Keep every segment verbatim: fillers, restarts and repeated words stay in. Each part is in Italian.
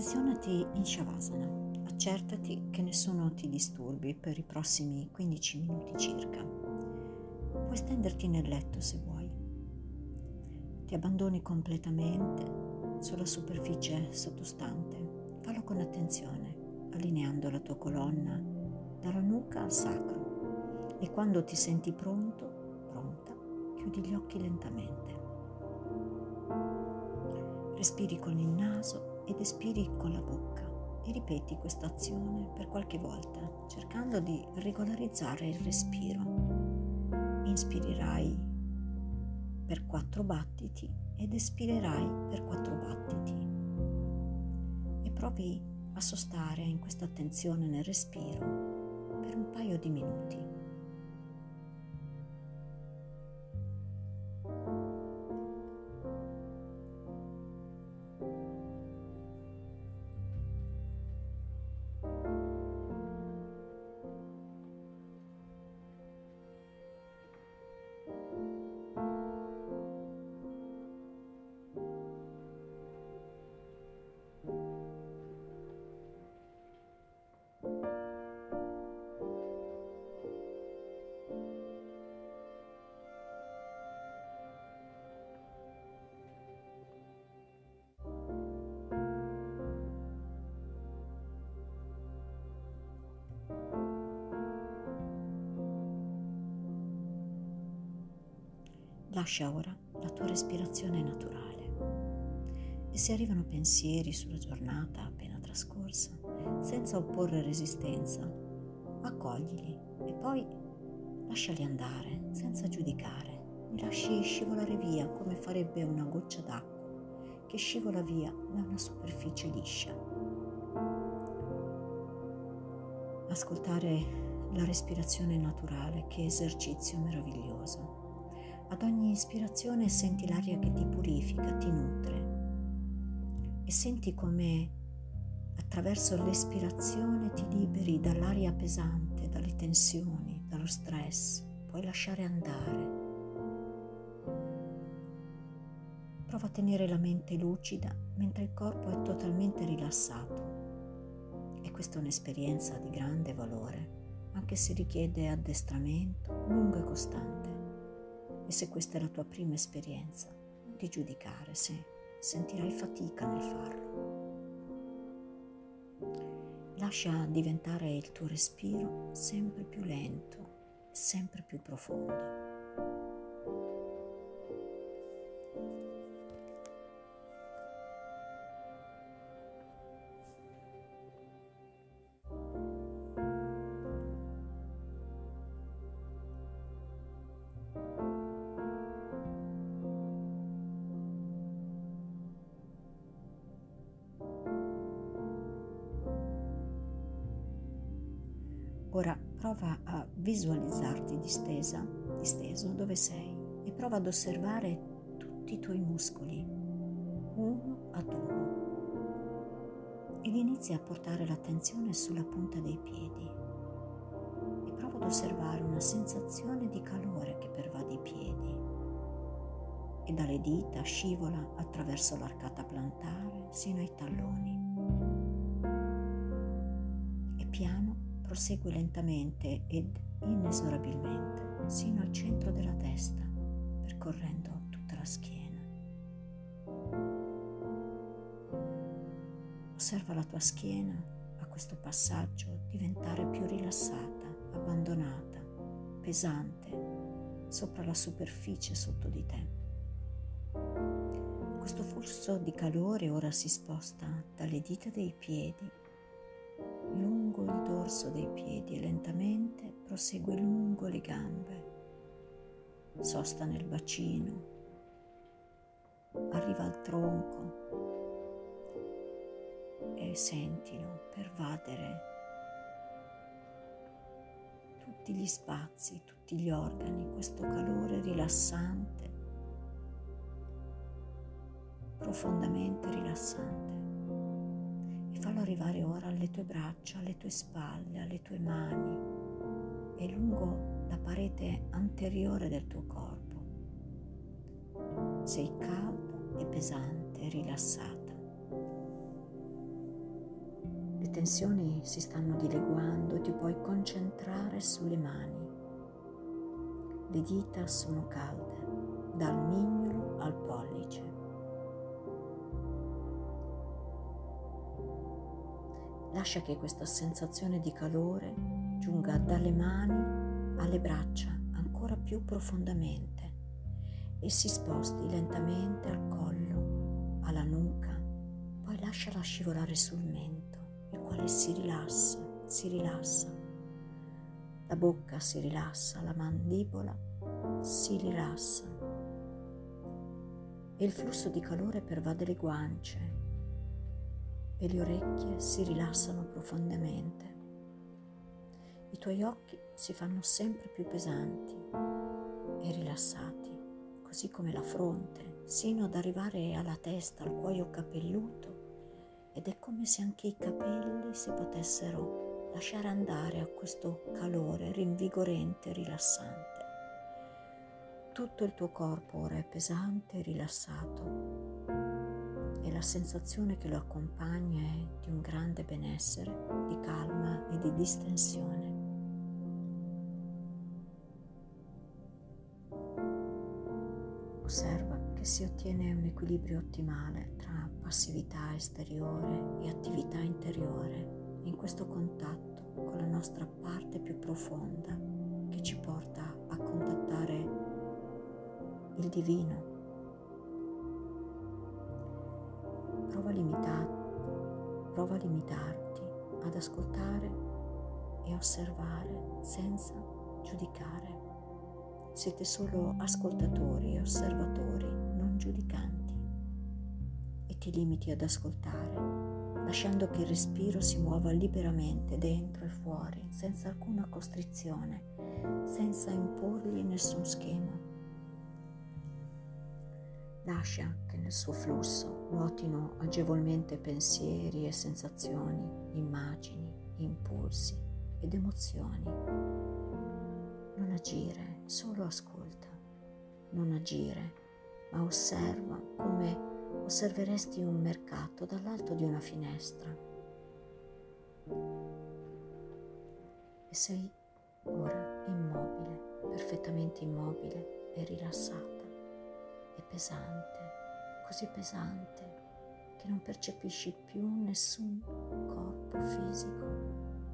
Posizionati in Shavasana. Accertati che nessuno ti disturbi per i prossimi quindici minuti circa. Puoi stenderti nel letto se vuoi. Ti abbandoni completamente sulla superficie sottostante. Fallo con attenzione, allineando la tua colonna dalla nuca al sacro. E quando ti senti pronto, pronta, chiudi gli occhi lentamente. Respiri con il naso ed espiri con la bocca e ripeti questa azione per qualche volta, cercando di regolarizzare il respiro. Inspirerai per quattro battiti ed espirerai per quattro battiti. E provi a sostare in questa attenzione nel respiro per un paio di minuti. Lascia ora la tua respirazione naturale e se arrivano pensieri sulla giornata appena trascorsa, senza opporre resistenza, accoglili e poi lasciali andare senza giudicare. Li lasci scivolare via come farebbe una goccia d'acqua che scivola via da una superficie liscia. Ascoltare la respirazione naturale, che esercizio meraviglioso. Ad ogni ispirazione senti l'aria che ti purifica, ti nutre e senti come attraverso l'espirazione ti liberi dall'aria pesante, dalle tensioni, dallo stress. Puoi lasciare andare. Prova a tenere la mente lucida mentre il corpo è totalmente rilassato. E questa è un'esperienza di grande valore, anche se richiede addestramento lungo e costante. E se questa è la tua prima esperienza, non ti giudicare se sentirai fatica nel farlo. Lascia diventare il tuo respiro sempre più lento e sempre più profondo. Ora prova a visualizzarti distesa, disteso dove sei e prova ad osservare tutti i tuoi muscoli, uno ad uno. Ed inizia a portare l'attenzione sulla punta dei piedi e prova ad osservare una sensazione di calore che pervade i piedi e dalle dita scivola attraverso l'arcata plantare sino ai talloni. E piano prosegue lentamente ed inesorabilmente sino al centro della testa, percorrendo tutta la schiena. Osserva la tua schiena a questo passaggio diventare più rilassata, abbandonata, pesante sopra la superficie sotto di te. Questo flusso di calore ora si sposta dalle dita dei piedi lungo il dorso dei piedi e lentamente prosegue lungo le gambe, sosta nel bacino, arriva al tronco e sentilo pervadere tutti gli spazi, tutti gli organi, questo calore rilassante, profondamente rilassante. Fallo arrivare ora alle tue braccia, alle tue spalle, alle tue mani e lungo la parete anteriore del tuo corpo. Sei calda e pesante e rilassata. tensioni si stanno dileguando e ti puoi concentrare sulle mani. Le dita sono calde, dal mignolo al pollice. Lascia che questa sensazione di calore giunga dalle mani alle braccia ancora più profondamente e si sposti lentamente al collo, alla nuca, poi lasciala scivolare sul mento, il quale si rilassa, si rilassa. La bocca si rilassa, la mandibola si rilassa e il flusso di calore pervade le guance e le orecchie si rilassano profondamente. I tuoi occhi si fanno sempre più pesanti e rilassati, così come la fronte, sino ad arrivare alla testa, al cuoio capelluto, ed è come se anche i capelli si potessero lasciare andare a questo calore rinvigorente e rilassante. Tutto il tuo corpo ora è pesante e rilassato e la sensazione che lo accompagna è di un grande benessere, di calma e di distensione. Osserva che si ottiene un equilibrio ottimale tra passività esteriore e attività interiore in questo contatto con la nostra parte più profonda che ci porta a contattare il divino. Prova a, limita- prova a limitarti ad ascoltare e osservare senza giudicare. Siete solo ascoltatori e osservatori, non giudicanti, e ti limiti ad ascoltare, lasciando che il respiro si muova liberamente dentro e fuori, senza alcuna costrizione, senza imporgli nessun schema. Lascia che nel suo flusso nuotino agevolmente pensieri e sensazioni, immagini, impulsi ed emozioni. Non agire, solo ascolta. Non agire, ma osserva come osserveresti un mercato dall'alto di una finestra. E sei ora immobile, perfettamente immobile e rilassata. È pesante, così pesante che non percepisci più nessun corpo fisico.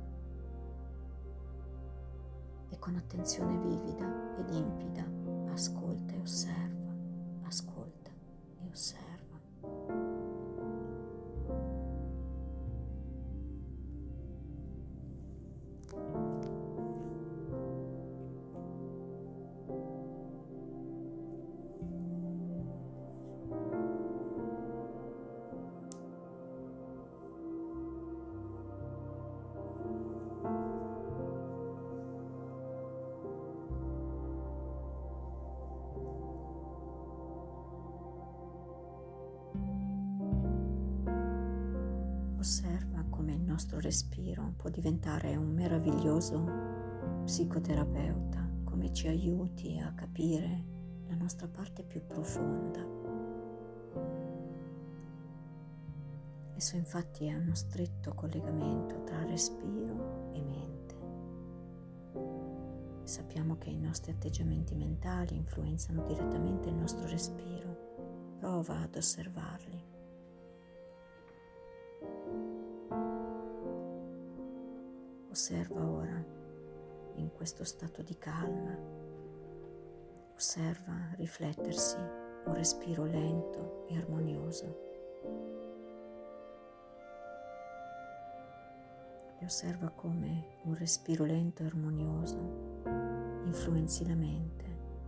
E con attenzione vivida e limpida ascolta e osserva, ascolta e osserva. Osserva come il nostro respiro può diventare un meraviglioso psicoterapeuta, come ci aiuti a capire la nostra parte più profonda. Esso infatti è uno stretto collegamento tra respiro e mente. E sappiamo che i nostri atteggiamenti mentali influenzano direttamente il nostro respiro. Prova ad osservarli. Osserva ora in questo stato di calma, osserva riflettersi un respiro lento e armonioso e osserva come un respiro lento e armonioso influenzi la mente.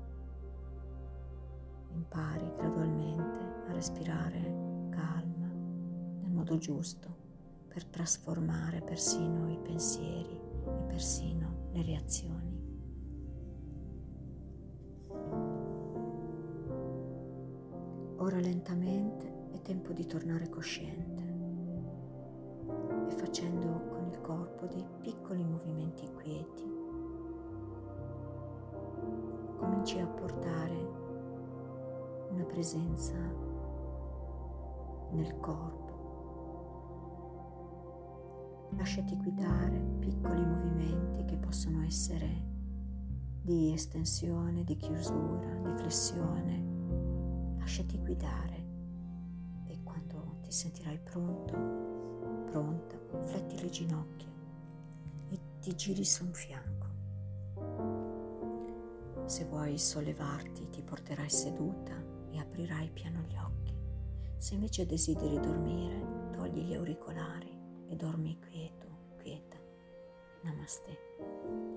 Impari gradualmente a respirare calma nel modo giusto per trasformare persino i pensieri e persino le reazioni. Ora lentamente è tempo di tornare cosciente e facendo con il corpo dei piccoli movimenti quieti cominci a portare una presenza nel corpo. Lasciati guidare, piccoli movimenti che possono essere di estensione, di chiusura, di flessione. Lasciati guidare e quando ti sentirai pronto, pronta, fletti le ginocchia e ti giri su un fianco. Se vuoi sollevarti, ti porterai seduta e aprirai piano gli occhi. Se invece desideri dormire, togli gli auricolari e dormi quieto, quieta. Namaste.